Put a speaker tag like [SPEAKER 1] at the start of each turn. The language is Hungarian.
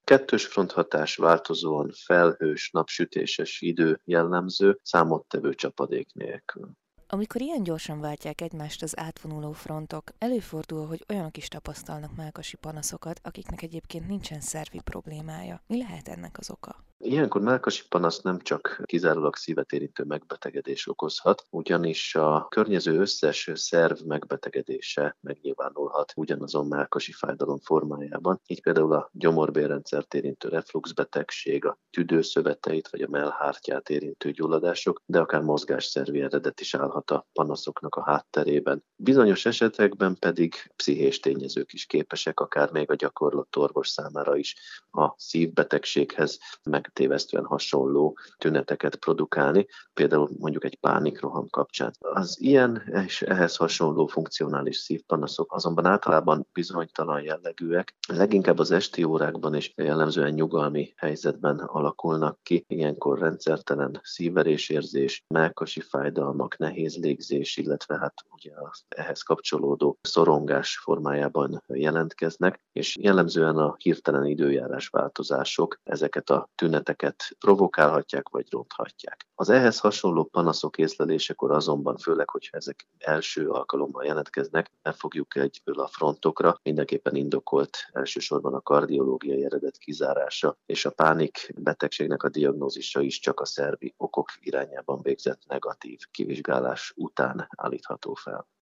[SPEAKER 1] Kettős fronthatás, változóan felhős, napsütéses idő jellemző, számottevő csapadék nélkül.
[SPEAKER 2] Amikor ilyen gyorsan váltják egymást az átvonuló frontok, előfordul, hogy olyanok is tapasztalnak mellkasi panaszokat, akiknek egyébként nincsen szervi problémája. Mi lehet ennek az oka?
[SPEAKER 1] Ilyenkor mellkasi panasz nem csak kizárólag szívet érintő megbetegedés okozhat, ugyanis a környező összes szerv megbetegedése megnyilvánulhat ugyanazon mellkasi fájdalom formájában. Így például a gyomorbélrendszert érintő refluxbetegség, a tüdőszöveteit vagy a mellhártyát érintő gyulladások, de akár mozgásszervi eredet is állhat a panaszoknak a hátterében. Bizonyos esetekben pedig pszichés tényezők is képesek, akár még a gyakorlott orvos számára is a szívbetegséghez megtévesztően hasonló tüneteket produkálni, például mondjuk egy pánikroham kapcsán. Az ilyen és ehhez hasonló funkcionális szívpanaszok azonban általában bizonytalan jellegűek, leginkább az esti órákban és jellemzően nyugalmi helyzetben alakulnak ki. Ilyenkor rendszertelen szívverésérzés, mellkasi fájdalmak, nehéz légzés, illetve hát ugye ehhez kapcsolódó szorongás formájában jelentkeznek, és jellemzően a hirtelen időjárás változások ezeket a tüneteket provokálhatják vagy ronthatják. Az ehhez hasonló panaszok észlelésekor azonban, főleg, hogyha ezek első alkalommal jelentkeznek, ne fogjuk egyből a frontokra, mindenképpen indokolt elsősorban a kardiológiai eredet kizárása, és a pánik betegségnek a diagnózisa is csak a szervi okok irányában végzett negatív kivizsgálás után állítható fel.